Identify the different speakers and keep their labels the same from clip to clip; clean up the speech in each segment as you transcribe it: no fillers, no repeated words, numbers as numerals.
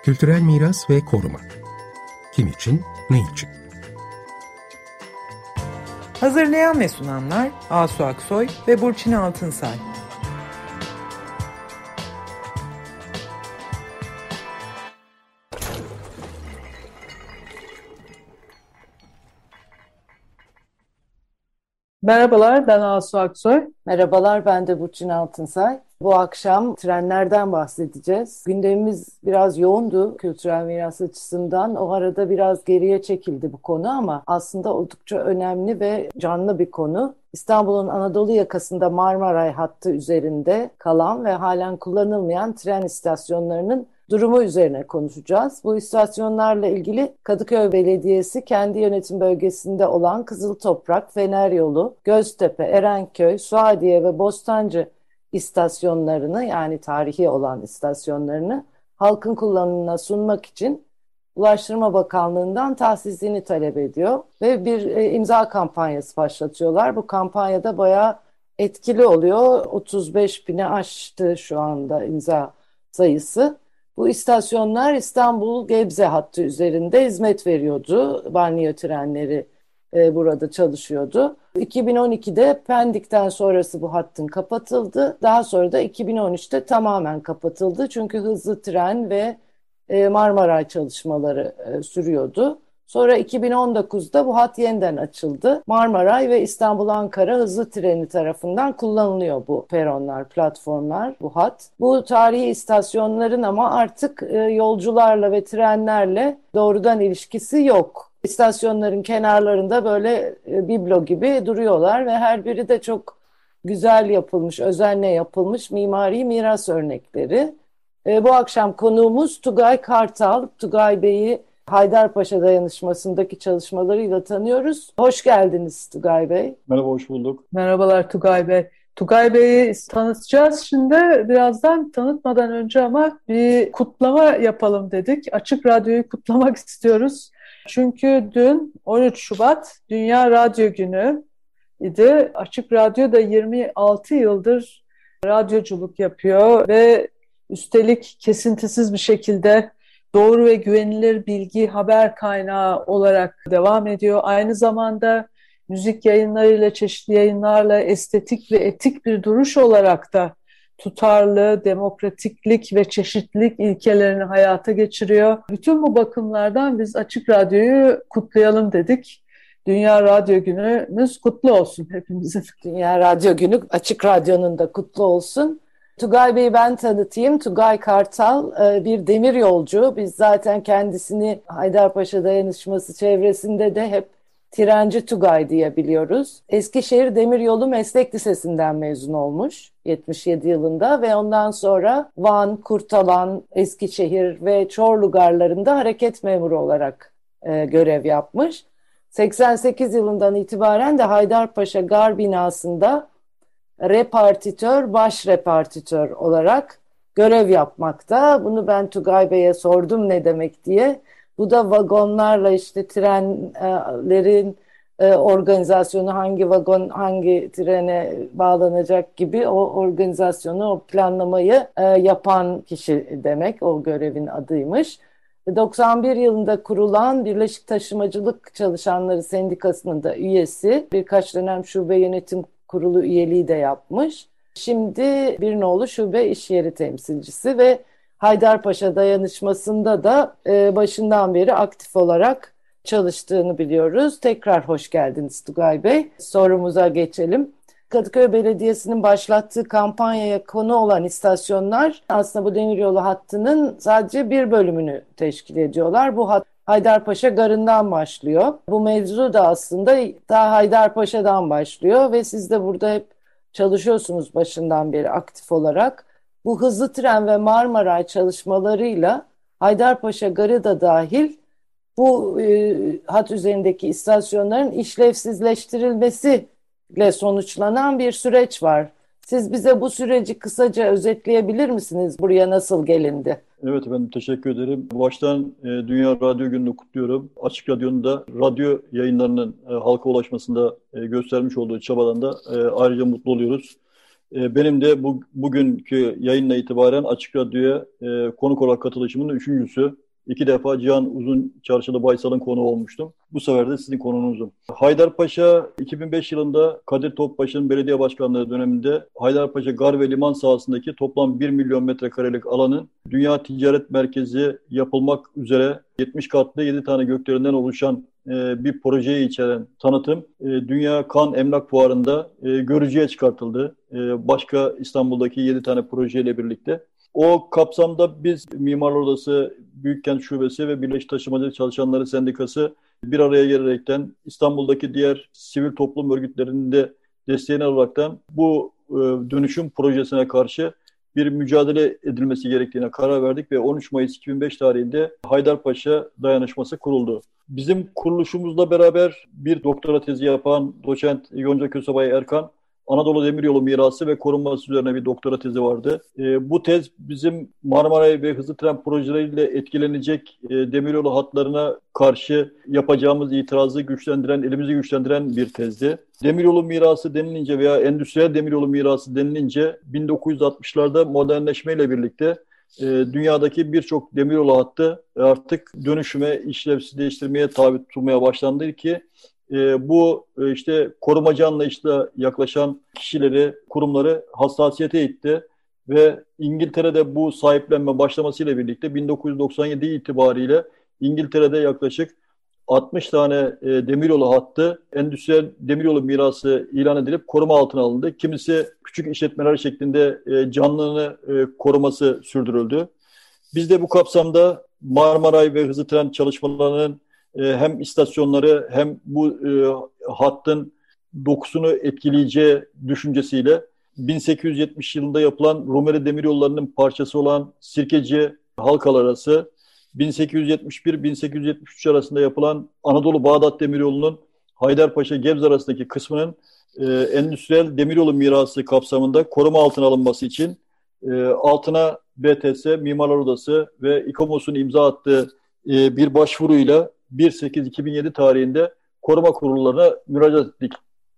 Speaker 1: Kültürel miras ve koruma. Kim için, ne için?
Speaker 2: Hazırlayan ve sunanlar Asu Aksoy ve Burçin Altınsay.
Speaker 3: Merhabalar, ben Asu Aksoy.
Speaker 4: Merhabalar, ben de Burçin Altınsay. Bu akşam trenlerden bahsedeceğiz. Gündemimiz biraz yoğundu kültürel miras açısından. O arada biraz geriye çekildi bu konu ama aslında oldukça önemli ve canlı bir konu. İstanbul'un Anadolu yakasında Marmaray hattı üzerinde kalan ve halen kullanılmayan tren istasyonlarının durumu üzerine konuşacağız. Bu istasyonlarla ilgili Kadıköy Belediyesi kendi yönetim bölgesinde olan Kızıltoprak, Feneryolu, Göztepe, Erenköy, Suadiye ve Bostancı istasyonlarını, yani tarihi olan istasyonlarını halkın kullanımına sunmak için Ulaştırma Bakanlığı'ndan tahsisini talep ediyor ve bir imza kampanyası başlatıyorlar. Bu kampanyada bayağı etkili oluyor. 35 bini aştı şu anda imza sayısı. Bu istasyonlar İstanbul-Gebze hattı üzerinde hizmet veriyordu. Banliyö trenleri burada çalışıyordu. 2012'de Pendik'ten sonrası bu hattın kapatıldı. Daha sonra da 2013'te tamamen kapatıldı. Çünkü hızlı tren ve Marmaray çalışmaları sürüyordu. Sonra 2019'da bu hat yeniden açıldı. Marmaray ve İstanbul-Ankara hızlı treni tarafından kullanılıyor bu peronlar, platformlar, bu hat. Bu tarihi istasyonların ama artık yolcularla ve trenlerle doğrudan ilişkisi yok. İstasyonların kenarlarında böyle biblo gibi duruyorlar ve her biri de çok güzel yapılmış, özenle yapılmış mimari miras örnekleri. Bu akşam konuğumuz Tugay Kartal. Tugay Bey'i Haydarpaşa Dayanışması'ndaki çalışmalarıyla tanıyoruz. Hoş geldiniz Tugay Bey.
Speaker 5: Merhaba, hoş bulduk.
Speaker 3: Merhabalar Tugay Bey. Tugay Bey'i tanıtacağız şimdi birazdan, tanıtmadan önce ama bir kutlama yapalım dedik. Açık Radyo'yu kutlamak istiyoruz. Çünkü dün 13 Şubat Dünya Radyo Günü idi. Açık Radyo da 26 yıldır radyoculuk yapıyor ve üstelik kesintisiz bir şekilde doğru ve güvenilir bilgi haber kaynağı olarak devam ediyor. Aynı zamanda müzik yayınlarıyla, çeşitli yayınlarla estetik ve etik bir duruş olarak da tutarlı, demokratiklik ve çeşitlilik ilkelerini hayata geçiriyor. Bütün bu bakımlardan biz Açık Radyo'yu kutlayalım dedik. Dünya Radyo Günümüz kutlu olsun hepimizin.
Speaker 4: Dünya Radyo Günü Açık Radyo'nun da kutlu olsun. Tugay Bey'i ben tanıtayım. Tugay Kartal bir demir yolcu. Biz zaten kendisini Haydarpaşa Dayanışması çevresinde de hep Trenci Tugay diye biliyoruz. Eskişehir Demiryolu Meslek Lisesi'nden mezun olmuş 77 yılında ve ondan sonra Van, Kurtalan, Eskişehir ve Çorlu garlarında hareket memuru olarak görev yapmış. 88 yılından itibaren de Haydarpaşa Gar binasında repartitör, baş repartitör olarak görev yapmakta. Bunu ben Tugay Bey'e sordum ne demek diye. Bu da vagonlarla işte trenlerin organizasyonu, hangi vagon hangi trene bağlanacak gibi o organizasyonu, o planlamayı yapan kişi demek. O görevin adıymış. 91 yılında kurulan Birleşik Taşımacılık Çalışanları Sendikası'nın da üyesi. Birkaç dönem şube yönetim kurulu üyeliği de yapmış. Şimdi bir nolu şube iş yeri temsilcisi ve Haydarpaşa Dayanışması'nda da başından beri aktif olarak çalıştığını biliyoruz. Tekrar hoş geldiniz Tugay Bey. Sorumuza geçelim. Kadıköy Belediyesi'nin başlattığı kampanyaya konu olan istasyonlar aslında bu demiryolu hattının sadece bir bölümünü teşkil ediyorlar. Bu hat Haydarpaşa Garı'ndan başlıyor. Bu mevzu da aslında daha Haydarpaşa'dan başlıyor ve siz de burada hep çalışıyorsunuz başından beri aktif olarak. Bu hızlı tren ve Marmaray çalışmalarıyla Haydarpaşa Garı da dahil bu hat üzerindeki istasyonların işlevsizleştirilmesiyle sonuçlanan bir süreç var. Siz bize bu süreci kısaca özetleyebilir misiniz? Buraya nasıl gelindi?
Speaker 5: Evet efendim, teşekkür ederim. Baştan Dünya Radyo Günü'nü kutluyorum. Açık Radyo'nun da radyo yayınlarının halka ulaşmasında göstermiş olduğu çabadan da ayrıca mutlu oluyoruz. Benim de bugünkü yayınla itibaren Açık Radyo'ya konuk olarak katılışımın üçüncüsü. 2 defa Cihan Uzunçarşılı Baysal'ın konuğu olmuştum. Bu sefer de sizin konuğunuzum. Haydarpaşa 2005 yılında Kadir Topbaş'ın belediye başkanlığı döneminde Haydarpaşa Gar ve Liman sahasındaki toplam 1 milyon metrekarelik alanın Dünya Ticaret Merkezi yapılmak üzere 70 katlı 7 tane göklerinden oluşan bir projeyi içeren tanıtım Dünya Cannes Emlak Fuarı'nda görücüye çıkartıldı. Başka İstanbul'daki 7 tane projeyle birlikte. O kapsamda biz Mimarlar Odası, Büyükkent Şubesi ve Birleşik Taşımacılık Çalışanları Sendikası bir araya gelerekten İstanbul'daki diğer sivil toplum örgütlerinin de desteğini alaraktan bu dönüşüm projesine karşı bir mücadele edilmesi gerektiğine karar verdik ve 13 Mayıs 2005 tarihinde Haydarpaşa Dayanışması kuruldu. Bizim kuruluşumuzla beraber bir doktora tezi yapan doçent Yonca Kösebay Erkan, Anadolu Demiryolu Mirası ve Korunması üzerine bir doktora tezi vardı. Bu tez bizim Marmaray ve hızlı tren projeleriyle etkilenecek demiryolu hatlarına karşı yapacağımız itirazı elimizi güçlendiren bir tezdi. Demiryolu mirası denilince veya endüstriyel demiryolu mirası denilince 1960'larda modernleşmeyle birlikte dünyadaki birçok demiryolu hattı artık dönüşüme, işlevsizleştirmeye tabi tutulmaya başlandı ki bu işte korumacı anlayışla yaklaşan kişileri, kurumları hassasiyete itti ve İngiltere'de bu sahiplenme başlamasıyla birlikte 1997 itibariyle İngiltere'de yaklaşık 60 tane demiryolu hattı endüstriyel demiryolu mirası ilan edilip koruma altına alındı. Kimisi küçük işletmeler şeklinde canlılığını koruması sürdürüldü. Biz de bu kapsamda Marmaray ve hızlı tren çalışmalarının hem istasyonları hem bu hattın dokusunu etkileyeceği düşüncesiyle 1870 yılında yapılan Rumeli Demiryolları'nın parçası olan Sirkeci Halkalar arası, 1871-1873 arasında yapılan Anadolu Bağdat Demiryolu'nun Haydarpaşa-Gebze arasındaki kısmının endüstriyel demiryolu mirası kapsamında koruma altına alınması için altına BTS, Mimarlar Odası ve İKOMOS'un imza attığı bir başvuruyla 1.8.2007 tarihinde koruma kurullarına müracaat ettik.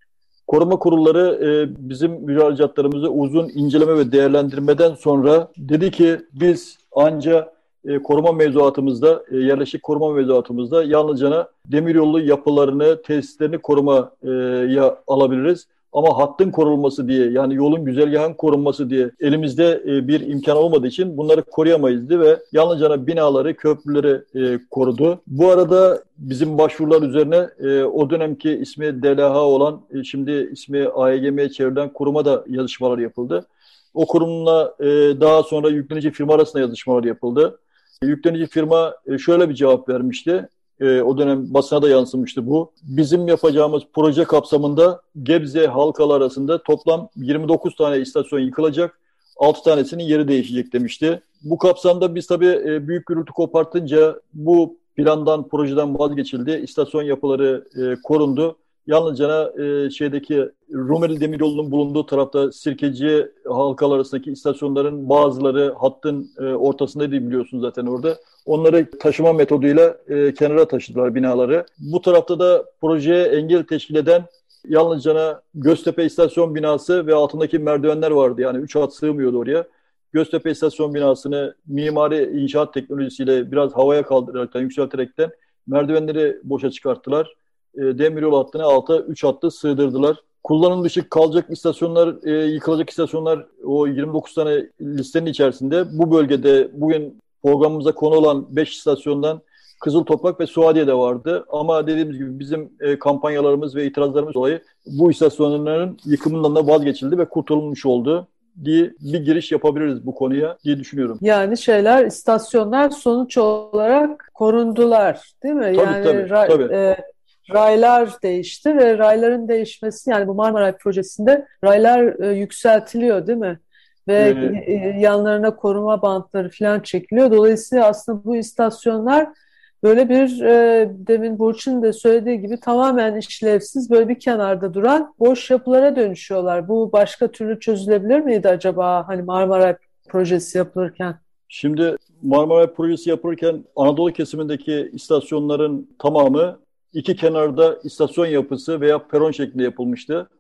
Speaker 5: Koruma kurulları bizim müracaatlarımızı uzun inceleme ve değerlendirmeden sonra dedi ki biz anca koruma mevzuatımızda, yerleşik koruma mevzuatımızda yalnızca demiryolu yapılarını, tesislerini korumaya alabiliriz. Ama hattın korunması diye, yani yolun güzergahın korunması diye elimizde bir imkan olmadığı için bunları koruyamayızdı ve yalnızca binaları, köprüleri korudu. Bu arada bizim başvurular üzerine o dönemki ismi DLH olan, şimdi ismi AEGM'ye çevrilen kuruma da yazışmalar yapıldı. O kurumla daha sonra yüklenici firma arasında yazışmalar yapıldı. Yüklenici firma şöyle bir cevap vermişti. O dönem basına da yansımıştı bu. Bizim yapacağımız proje kapsamında Gebze halkalar arasında toplam 29 tane istasyon yıkılacak, 6 tanesinin yeri değişecek demişti. Bu kapsamda biz tabii büyük gürültü kopartınca bu plandan, projeden vazgeçildi. İstasyon yapıları korundu. Yalnızca şeydeki Rumeli Demiryolu'nun bulunduğu tarafta Sirkeci halkalar arasındaki istasyonların bazıları hattın ortasındaydı, biliyorsunuz zaten orada. Onları taşıma metoduyla kenara taşıdılar binaları. Bu tarafta da projeye engel teşkil eden yalnızca Göztepe İstasyon binası ve altındaki merdivenler vardı. Yani 3 hat sığmıyordu oraya. Göztepe İstasyon binasını mimari inşaat teknolojisiyle biraz havaya kaldıraraktan, yükselterekten merdivenleri boşa çıkarttılar. Demiryolu hattını alta 3 hattı sığdırdılar. Kullanım dışı kalacak istasyonlar, yıkılacak istasyonlar o 29 tane listenin içerisinde. Bu bölgede bugün programımıza konu olan 5 istasyondan Kızıltoprak ve Suadiye'de vardı. Ama dediğimiz gibi bizim kampanyalarımız ve itirazlarımız dolayı bu istasyonların yıkımından da vazgeçildi ve kurtulmuş oldu diye bir giriş yapabiliriz bu konuya diye düşünüyorum.
Speaker 3: Yani istasyonlar sonuç olarak korundular, değil mi?
Speaker 5: Tabii.
Speaker 3: Raylar değişti ve rayların değişmesi, yani bu Marmaray projesinde raylar yükseltiliyor, değil mi? Ve yanlarına koruma bantları falan çekiliyor. Dolayısıyla aslında bu istasyonlar böyle bir demin Burçin'in de söylediği gibi tamamen işlevsiz, böyle bir kenarda duran boş yapılara dönüşüyorlar. Bu başka türlü çözülebilir miydi acaba, hani Marmaray projesi yapılırken?
Speaker 5: Şimdi Marmaray projesi yapılırken Anadolu kesimindeki istasyonların tamamı iki kenarda istasyon yapısı veya peron şeklinde yapılmıştı.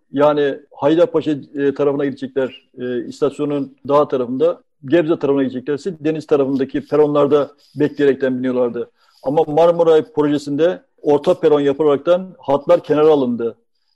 Speaker 5: Yani Haydarpaşa tarafına gidecekler, istasyonun dağ tarafında. Gebze tarafına gideceklerse deniz tarafındaki peronlarda bekleyerekten biniyorlardı. Ama Marmaray projesinde orta peron yapılaraktan hatlar kenara alındı.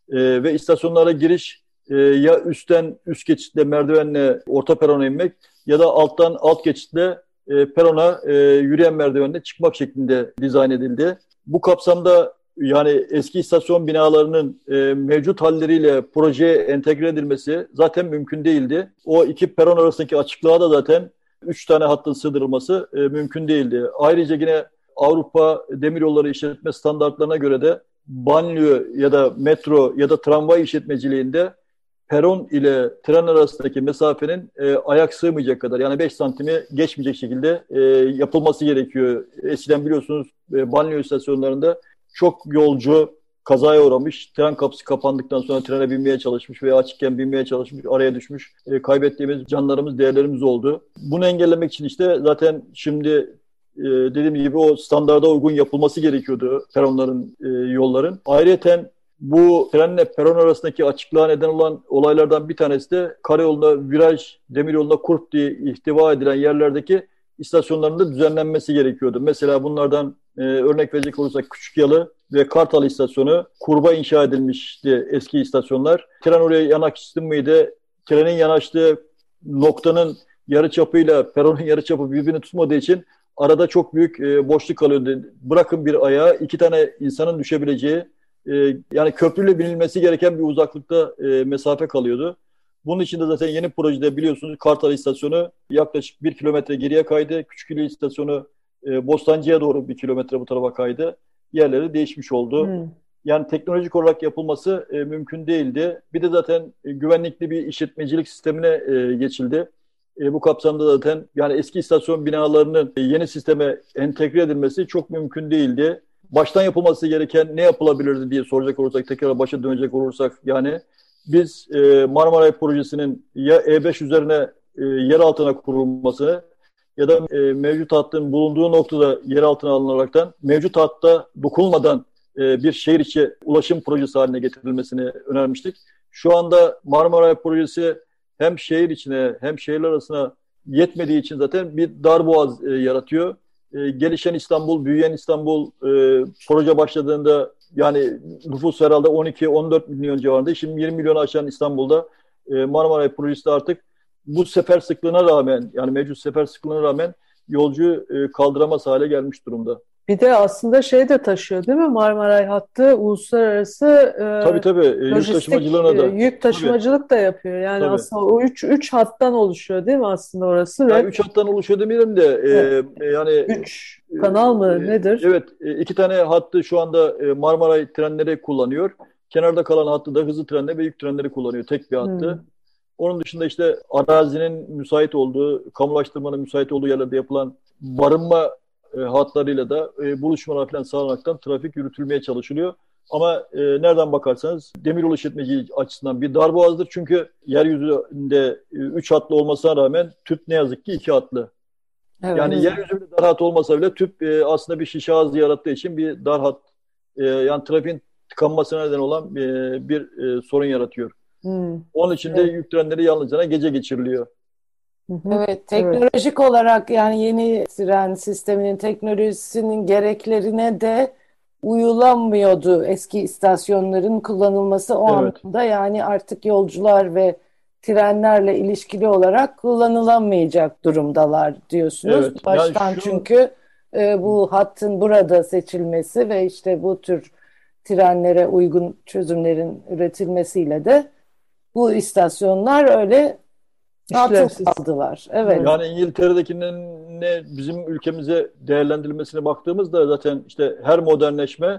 Speaker 5: Ve istasyonlara giriş ya üst geçitle merdivenle orta perona inmek ya da alttan alt geçitle perona yürüyen merdivenle çıkmak şeklinde dizayn edildi. Bu kapsamda yani eski istasyon binalarının mevcut halleriyle projeye entegre edilmesi zaten mümkün değildi. O iki peron arasındaki açıklığa da zaten 3 tane hattın sığdırılması mümkün değildi. Ayrıca yine Avrupa Demiryolları İşletme Standartlarına göre de banliyö ya da metro ya da tramvay işletmeciliğinde peron ile tren arasındaki mesafenin ayak sığmayacak kadar yani 5 santimi geçmeyecek şekilde yapılması gerekiyor. Eskiden biliyorsunuz banliyö istasyonlarında çok yolcu kazaya uğramış, tren kapısı kapandıktan sonra trene binmeye çalışmış veya açıkken binmeye çalışmış, araya düşmüş, kaybettiğimiz canlarımız, değerlerimiz oldu. Bunu engellemek için işte zaten şimdi dediğim gibi o standarda uygun yapılması gerekiyordu peronların, yolların. Ayrıca bu trenle peron arasındaki açıklığa neden olan olaylardan bir tanesi de karayolunda viraj, demiryolunda kurp diye ihtiva edilen yerlerdeki istasyonlarında düzenlenmesi gerekiyordu. Mesela bunlardan örnek verecek olursak Küçükyalı ve Kartal istasyonu kurba inşa edilmişti eski istasyonlar. Tren oraya yanaştı mıydı? Trenin yanaştığı noktanın yarıçapıyla peronun yarıçapı birbirini tutmadığı için arada çok büyük boşluk kalıyordu. Bırakın bir ayağa 2 tane insanın düşebileceği yani köprüyle binilmesi gereken bir uzaklıkta mesafe kalıyordu. Bunun için de zaten yeni projede biliyorsunuz Kartal istasyonu yaklaşık 1 kilometre geriye kaydı. Küçükyalı istasyonu Bostancı'ya doğru 1 kilometre bu tarafa kaydı. Yerleri değişmiş oldu. Yani teknolojik olarak yapılması mümkün değildi. Bir de zaten güvenlikli bir işletmecilik sistemine geçildi. Bu kapsamda zaten yani eski istasyon binalarının yeni sisteme entegre edilmesi çok mümkün değildi. Baştan yapılması gereken ne yapılabilirdi diye soracak olursak, tekrar başa dönecek olursak yani biz Marmaray projesinin ya E5 üzerine yer altına kurulmasını ya da mevcut hattın bulunduğu noktada yer altına alınaraktan mevcut hatta dokunulmadan bir şehir içi ulaşım projesi haline getirilmesini önermiştik. Şu anda Marmaray projesi hem şehir içine hem şehirler arasına yetmediği için zaten bir darboğaz yaratıyor. Gelişen İstanbul, büyüyen İstanbul proje başladığında yani nüfus herhalde 12-14 milyon civarında. Şimdi 20 milyonu aşan İstanbul'da Marmaray projesi de artık bu sefer sıklığına rağmen yani mevcut sefer sıklığına rağmen yolcu kaldıramaz hale gelmiş durumda.
Speaker 3: Bir de aslında şey de taşıyor değil mi? Marmaray hattı uluslararası
Speaker 5: tabii, yük taşımacılığına da.
Speaker 3: Yük taşımacılık da yapıyor. Yani
Speaker 5: tabii.
Speaker 3: aslında o 3 hattan oluşuyor değil mi aslında orası?
Speaker 5: Yani 3 hattan oluşuyor demeyelim de yani
Speaker 3: 3 kanal mı nedir?
Speaker 5: Evet, 2 tane hattı şu anda Marmaray trenleri kullanıyor. Kenarda kalan hattı da hızlı trenleri ve yük trenleri kullanıyor. Tek bir hattı. Onun dışında işte arazinin müsait olduğu, kamulaştırmanın müsait olduğu yerlerde yapılan barınma hatlarıyla da buluşmalar falan sağlanaktan trafik yürütülmeye çalışılıyor. Ama nereden bakarsanız demiryolu işletmeciliği açısından bir darboğazdır. Çünkü yeryüzünde 3 hatlı olmasına rağmen tüp ne yazık ki 2 hatlı. Evet. Yani yeryüzünde dar hat olmasa bile tüp aslında bir şişe ağzı yarattığı için bir dar hat yani trafiğin tıkanmasına neden olan bir sorun yaratıyor. Onun için de yük trenleri yalnızca gece geçiriliyor.
Speaker 4: Evet, teknolojik olarak yani yeni tren sisteminin teknolojisinin gereklerine de uyulamıyordu eski istasyonların kullanılması o anlamda. Yani artık yolcular ve trenlerle ilişkili olarak kullanılamayacak durumdalar diyorsunuz.
Speaker 5: Evet,
Speaker 4: Baştan
Speaker 5: yani
Speaker 4: çünkü bu hattın burada seçilmesi ve işte bu tür trenlere uygun çözümlerin üretilmesiyle de bu istasyonlar öyle atıl kaldılar. Evet.
Speaker 5: Yani İngiltere'dekinin bizim ülkemize değerlendirilmesine baktığımızda zaten işte her modernleşme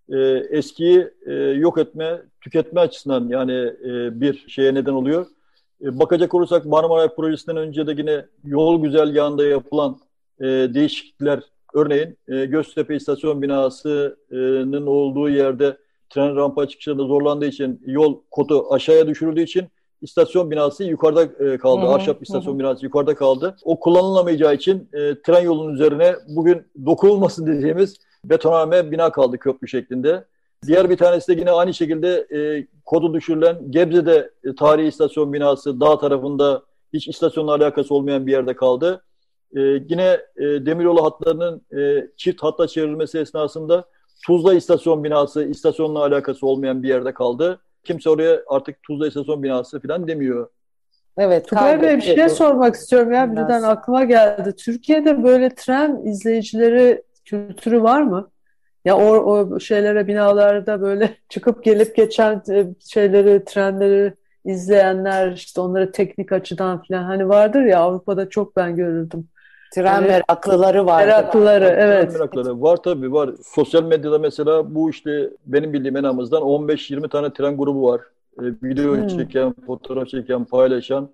Speaker 5: eskiyi yok etme, tüketme açısından yani bir şeye neden oluyor. Bakacak olursak Marmaray projesinden önce de yine yol güzergahında yapılan değişiklikler, örneğin Göztepe istasyon binasının olduğu yerde tren rampa çıkışında zorlandığı için yol kodu aşağıya düşürüldüğü için İstasyon binası yukarıda kaldı. Ahşap istasyon binası yukarıda kaldı. O kullanılamayacağı için tren yolunun üzerine bugün dokunulmasın dediğimiz betonarme bina kaldı köprü şeklinde. Diğer bir tanesi de yine aynı şekilde kodu düşürülen Gebze'de tarihi istasyon binası dağ tarafında hiç istasyonla alakası olmayan bir yerde kaldı. Yine demiryolu hatlarının çift hatta çevrilmesi esnasında Tuzla istasyon binası istasyonla alakası olmayan bir yerde kaldı. Kimse oraya artık Tuzla istasyon binası falan demiyor.
Speaker 4: Evet,
Speaker 3: Tugay Bey, bir şey sormak istiyorum ya,
Speaker 4: Biraz.
Speaker 3: birden aklıma geldi. Türkiye'de böyle tren izleyicileri kültürü var mı? Ya o şeylere, binalarda böyle çıkıp gelip geçen şeyleri, trenleri izleyenler, işte onları teknik açıdan falan, hani vardır ya, Avrupa'da çok ben görürdüm.
Speaker 4: Tren
Speaker 3: Böyle
Speaker 4: meraklıları var.
Speaker 3: meraklıları,
Speaker 5: Tren
Speaker 3: evet.
Speaker 5: merakları var tabii var. Sosyal medyada mesela bu işte benim bildiğim en azından 15-20 tane tren grubu var. Video çeken, fotoğraf çeken, paylaşan.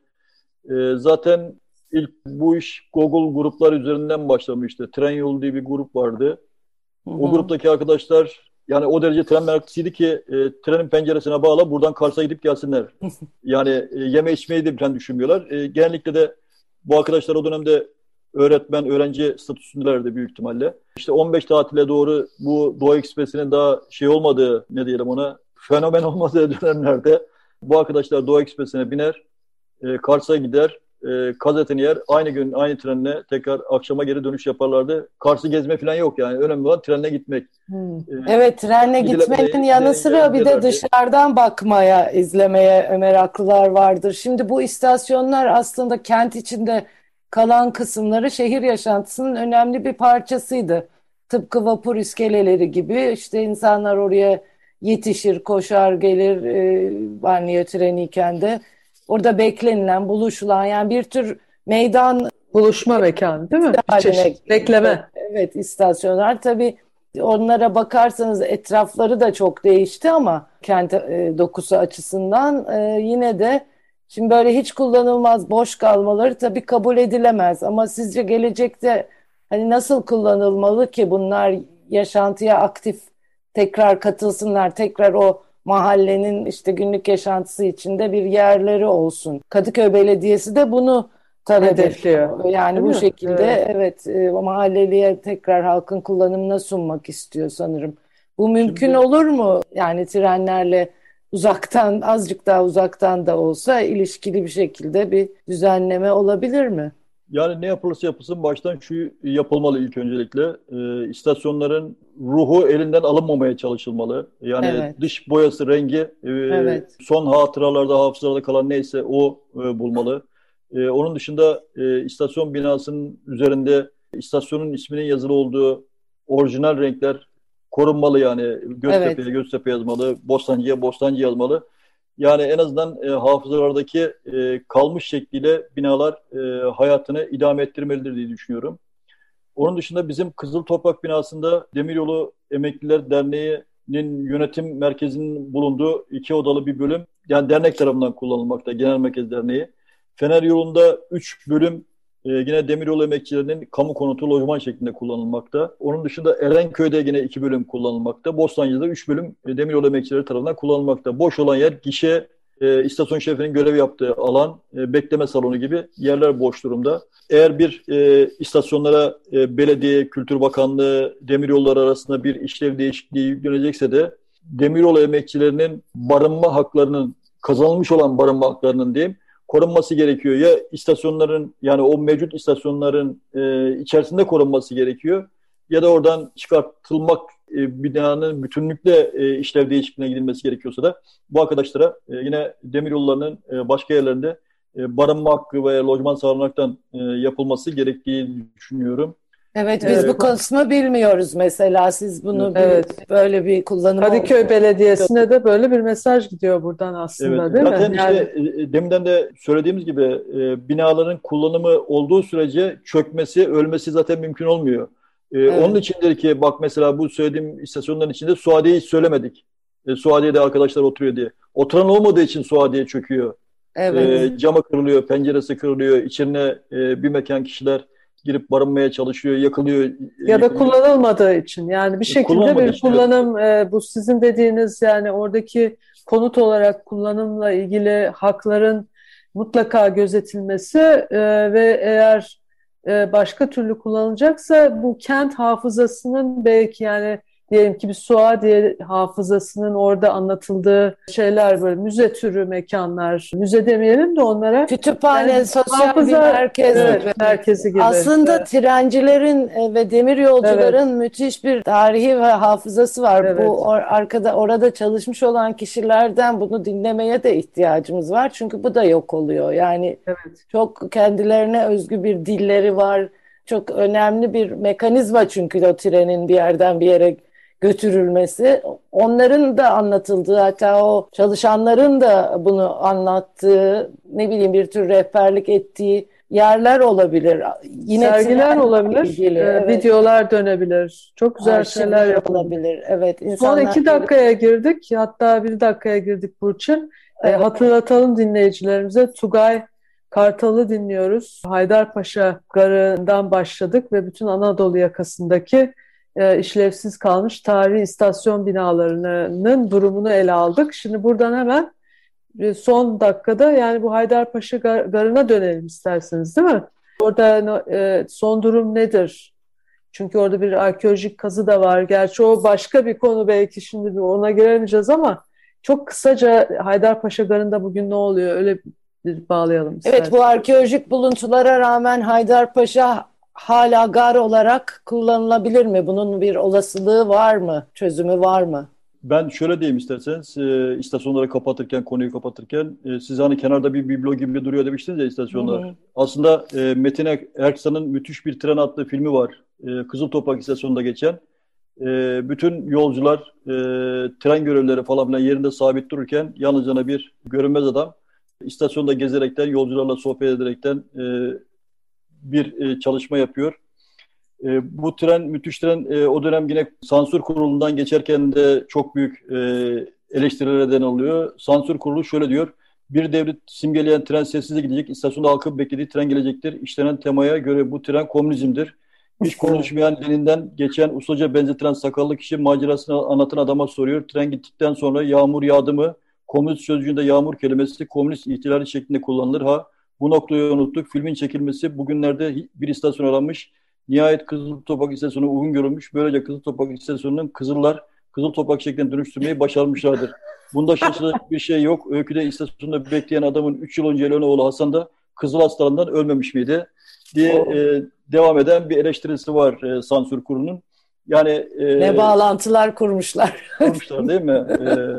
Speaker 5: Zaten ilk bu iş Google gruplar üzerinden başlamıştı. Tren Yolu diye bir grup vardı. O gruptaki arkadaşlar yani o derece tren meraklısıydı ki trenin penceresine bağla buradan Kars'a gidip gelsinler. Yani yeme içmeyi de falan düşünmüyorlar. Genellikle de bu arkadaşlar o dönemde öğretmen, öğrenci statüsündelerdi büyük ihtimalle. İşte 15 tatile doğru bu Doğu Ekspresi'nin daha şey olmadığı, ne diyelim ona, fenomen olmadığı dönemlerde bu arkadaşlar Doğu Ekspresi'ne biner, Kars'a gider, kazetini yer, aynı gün aynı trenle tekrar akşama geri dönüş yaparlardı. Kars'ı gezme falan yok yani. Önemli olan trenle gitmek.
Speaker 4: Evet, trenle gitmenin yanı sıra bir de dışarıdan bakmaya, izlemeye meraklılar vardır. Şimdi bu istasyonlar aslında kent içinde kalan kısımları şehir yaşantısının önemli bir parçasıydı. Tıpkı vapur iskeleleri gibi işte insanlar oraya yetişir, koşar, gelir, banliyö treniyken de orada beklenilen, buluşulan, yani bir tür meydan
Speaker 3: Buluşma mekanı değil mi? Bir
Speaker 4: haline
Speaker 3: çeşit bekleme.
Speaker 4: Evet, istasyonlar tabii, onlara bakarsanız etrafları da çok değişti ama kent dokusu açısından yine de şimdi böyle hiç kullanılmaz, boş kalmaları tabii kabul edilemez. Ama sizce gelecekte hani nasıl kullanılmalı ki bunlar yaşantıya aktif tekrar katılsınlar, tekrar o mahallenin işte günlük yaşantısı içinde bir yerleri olsun? Kadıköy Belediyesi de bunu talep
Speaker 3: Hedefliyor.
Speaker 4: ediyor. Yani
Speaker 3: Değil
Speaker 4: bu
Speaker 3: mi?
Speaker 4: şekilde evet, o mahalleliye tekrar halkın kullanımına sunmak istiyor sanırım. Bu mümkün
Speaker 5: Şimdi
Speaker 4: olur mu? Yani trenlerle uzaktan, azıcık daha uzaktan da olsa ilişkili bir şekilde bir düzenleme olabilir mi?
Speaker 5: yani ne yapılırsa yapılsın baştan şu yapılmalı ilk öncelikle. İstasyonların ruhu elinden alınmamaya çalışılmalı. Yani
Speaker 4: Evet,
Speaker 5: dış boyası, rengi
Speaker 4: evet,
Speaker 5: son hatıralarda, hafızalarda kalan neyse o bulmalı. Onun dışında istasyon binasının üzerinde istasyonun isminin yazılı olduğu orijinal renkler korunmalı yani.
Speaker 4: evet.
Speaker 5: Göztepe'ye Göztepe yazmalı, Bostancı'ya Bostancı yazmalı. Yani en azından hafızalardaki kalmış şekliyle binalar hayatını idame ettirmelidir diye düşünüyorum. Onun dışında bizim Kızıl Toprak binasında Demiryolu Emekliler Derneği'nin yönetim merkezinin bulunduğu 2 odalı bir bölüm, yani dernek tarafından kullanılmakta, Genel Merkez Derneği. Fener yolunda 3 bölüm yine Demiryolu emekçilerinin kamu konutu lojman şeklinde kullanılmakta. Onun dışında Erenköy'de yine 2 bölüm kullanılmakta. Bostancı'da 3 bölüm Demiryolu emekçileri tarafından kullanılmakta. Boş olan yer gişe, istasyon şefinin görev yaptığı alan, bekleme salonu gibi yerler boş durumda. Eğer bir istasyonlara belediye, Kültür Bakanlığı, demiryolları arasında bir işlev değişikliği yüklenecekse de demiryolu emekçilerinin barınma haklarının, kazanılmış olan barınma haklarının diyeyim, korunması gerekiyor. Ya istasyonların, yani o mevcut istasyonların içerisinde korunması gerekiyor ya da oradan çıkartılmak, binanın bütünlükle işlev değişikliğine gidilmesi gerekiyorsa da bu arkadaşlara yine demiryollarının başka yerlerinde barınma hakkı veya lojman sağlanmaktan yapılması gerektiğini düşünüyorum.
Speaker 4: Evet, biz bu kısmı bilmiyoruz mesela. Siz bunu
Speaker 3: Evet.
Speaker 4: böyle bir kullanım
Speaker 3: Kadıköy Belediyesi'ne de böyle bir mesaj gidiyor buradan aslında,
Speaker 5: Evet.
Speaker 3: değil mi?
Speaker 5: Zaten
Speaker 3: Yani
Speaker 5: işte deminden de söylediğimiz gibi binaların kullanımı olduğu sürece çökmesi, ölmesi zaten mümkün olmuyor. Onun
Speaker 4: evet,
Speaker 5: içindir ki bak mesela bu söylediğim istasyonların içinde Suadiye'yi hiç söylemedik. Suadiye'de arkadaşlar oturuyor diye. Oturan olmadığı için Suadiye çöküyor.
Speaker 4: evet.
Speaker 5: Camı kırılıyor, penceresi kırılıyor. İçine bir mekan kişiler girip barınmaya çalışıyor, yakılıyor.
Speaker 3: ya da
Speaker 5: Yıkılıyor.
Speaker 3: kullanılmadığı için, yani bir şekilde
Speaker 5: Kullanılmadığı
Speaker 3: bir
Speaker 5: için,
Speaker 3: kullanım, bu sizin dediğiniz, yani oradaki konut olarak kullanımla ilgili hakların mutlaka gözetilmesi ve eğer başka türlü kullanılacaksa bu kent hafızasının belki, yani diyelim ki bir Suadiye hafızasının orada anlatıldığı şeyler, böyle müze türü mekanlar, müze demeyelim de onlara.
Speaker 4: Kütüphane,
Speaker 3: Yani
Speaker 4: sosyal bir merkez.
Speaker 3: evet, merkezi gibi.
Speaker 4: Aslında
Speaker 3: Evet.
Speaker 4: trencilerin ve demiryolcuların müthiş bir tarihi ve hafızası var.
Speaker 3: Evet.
Speaker 4: Bu orada çalışmış olan kişilerden bunu dinlemeye de ihtiyacımız var. Çünkü bu da yok oluyor. Yani
Speaker 3: Evet.
Speaker 4: çok kendilerine özgü bir dilleri var. Çok önemli bir mekanizma çünkü o trenin bir yerden bir yere götürülmesi. Onların da anlatıldığı, hatta o çalışanların da bunu anlattığı, ne bileyim bir tür rehberlik ettiği yerler olabilir. Yine
Speaker 3: sergiler olabilir,
Speaker 4: ilgili, evet.
Speaker 3: Videolar dönebilir. Çok güzel şeyler
Speaker 4: yapılabilir. Evet,
Speaker 3: son 2 dakikaya girdik. Hatta 1 dakikaya girdik Burçin. Evet. Hatırlatalım dinleyicilerimize. Tugay Kartal'ı dinliyoruz. Haydarpaşa Garı'ndan başladık ve bütün Anadolu yakasındaki işlevsiz kalmış tarihi istasyon binalarının durumunu ele aldık. Şimdi buradan hemen son dakikada yani bu Haydarpaşa Garı'na dönelim isterseniz, değil mi? Orada son durum nedir? Çünkü orada bir arkeolojik kazı da var. Gerçi o başka bir konu, belki şimdi ona giremeyeceğiz ama çok kısaca Haydarpaşa Garı'nda bugün ne oluyor? Öyle bir bağlayalım isterseniz.
Speaker 4: Evet, bu arkeolojik buluntulara rağmen Haydarpaşa hala gar olarak kullanılabilir mi? Bunun bir olasılığı var mı? Çözümü var mı?
Speaker 5: Ben şöyle diyeyim isterseniz, istasyonları kapatırken, konuyu kapatırken, siz hani kenarda bir biblo gibi duruyor demiştiniz ya istasyonlar. Hı hı. Aslında Metin Erksan'ın müthiş bir tren adlı filmi var. Kızıl Toprak istasyonunda geçen. Bütün yolcular, tren görevlileri falan filan yerinde sabit dururken yalnızca bir görünmez adam istasyonda gezerekten, yolcularla sohbet ederekten bir çalışma yapıyor. Bu tren, müthiş tren o dönem yine sansür kurulundan geçerken de çok büyük eleştirilere neden oluyor. Sansür kurulu şöyle diyor: bir devlet simgeleyen tren sessizce gidecek, istasyonda halkın beklediği tren gelecektir. İşlenen temaya göre bu tren komünizmdir. Hiç konuşmayan, Lenin'den geçen ustaca benzetilen sakallı kişi macerasını anlatan adama soruyor. Tren gittikten sonra yağmur yağdı mı? Komünist sözcüğünde yağmur kelimesi komünist ihtilali şeklinde kullanılır. Bu noktayı unuttuk. Filmin çekilmesi bugünlerde bir istasyon aranmış. Nihayet Kızıl Toprak İstasyonu uygun görülmüş. Böylece Kızıl Toprak İstasyonu'nun Kızıllar Kızıl Toprak şeklinde dönüştürmeyi başarmışlardır. Bunda şaşıracak bir şey yok. Öyküde istasyonda bekleyen adamın 3 yıl önce ölen oğlu Hasan da Kızıl hastalığından ölmemiş miydi diye devam eden bir eleştirisi var sansür kurulunun. Yani
Speaker 4: ne bağlantılar kurmuşlar.
Speaker 5: Kurmuşlar değil mi?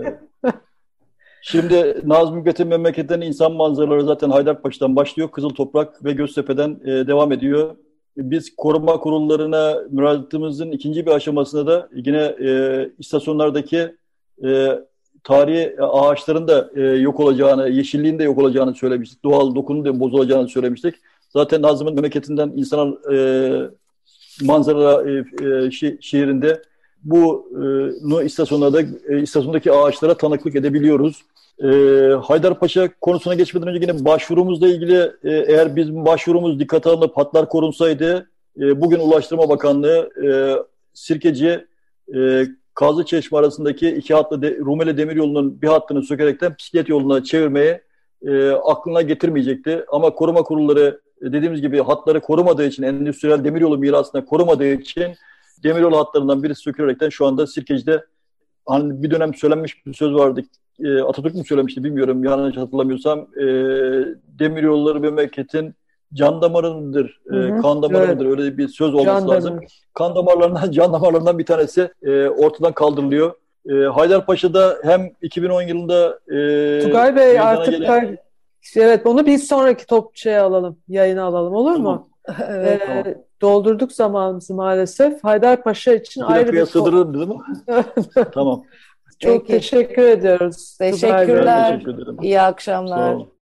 Speaker 5: Şimdi Nazım Hikmet'in memleketten insan manzaraları zaten Haydarpaşa'dan başlıyor. Kızıl Toprak ve Göztepe'den devam ediyor. Biz koruma kurullarına müracaatımızın ikinci bir aşamasında da yine istasyonlardaki tarihi ağaçların da yok olacağını, yeşilliğin de yok olacağını söylemiştik. Doğal dokunun da bozulacağını söylemiştik. Zaten Nazım'ın memleketinden insan manzara şiirinde bu istasyonlarda, istasyondaki ağaçlara tanıklık edebiliyoruz. Haydarpaşa konusuna geçmeden önce yine başvurumuzla ilgili eğer bizim başvurumuz dikkate alınıp hatlar korunsaydı bugün Ulaştırma Bakanlığı Sirkeci Kazlıçeşme arasındaki 2 hatlı Rumeli Demiryolu'nun bir hattını sökerekten bisiklet yoluna çevirmeyi aklına getirmeyecekti. Ama koruma kurulları dediğimiz gibi hatları korumadığı için, endüstriyel demiryolu mirasını korumadığı için demiryolu hatlarından birisi sökülerekten şu anda Sirkeci'de, hani bir dönem söylenmiş bir söz vardı. Atatürk mü söylemişti bilmiyorum, yanlış hatırlamıyorsam. Demiryolları memleketin can damarıdır, kan damarıdır. Evet. Öyle bir söz olması lazım. Kan damarlarından bir tanesi ortadan kaldırılıyor. Haydarpaşa'da hem 2010 yılında
Speaker 3: Tugay Bey artık evet, onu bir sonraki yayına alalım, olur mu?
Speaker 4: Evet,
Speaker 3: tamam. Doldurduk zamanımızı maalesef. Haydarpaşa için ayrı bir
Speaker 5: sığdırırım değil mi? Tamam.
Speaker 3: Çok teşekkür ediyoruz.
Speaker 4: Teşekkürler. İyi akşamlar.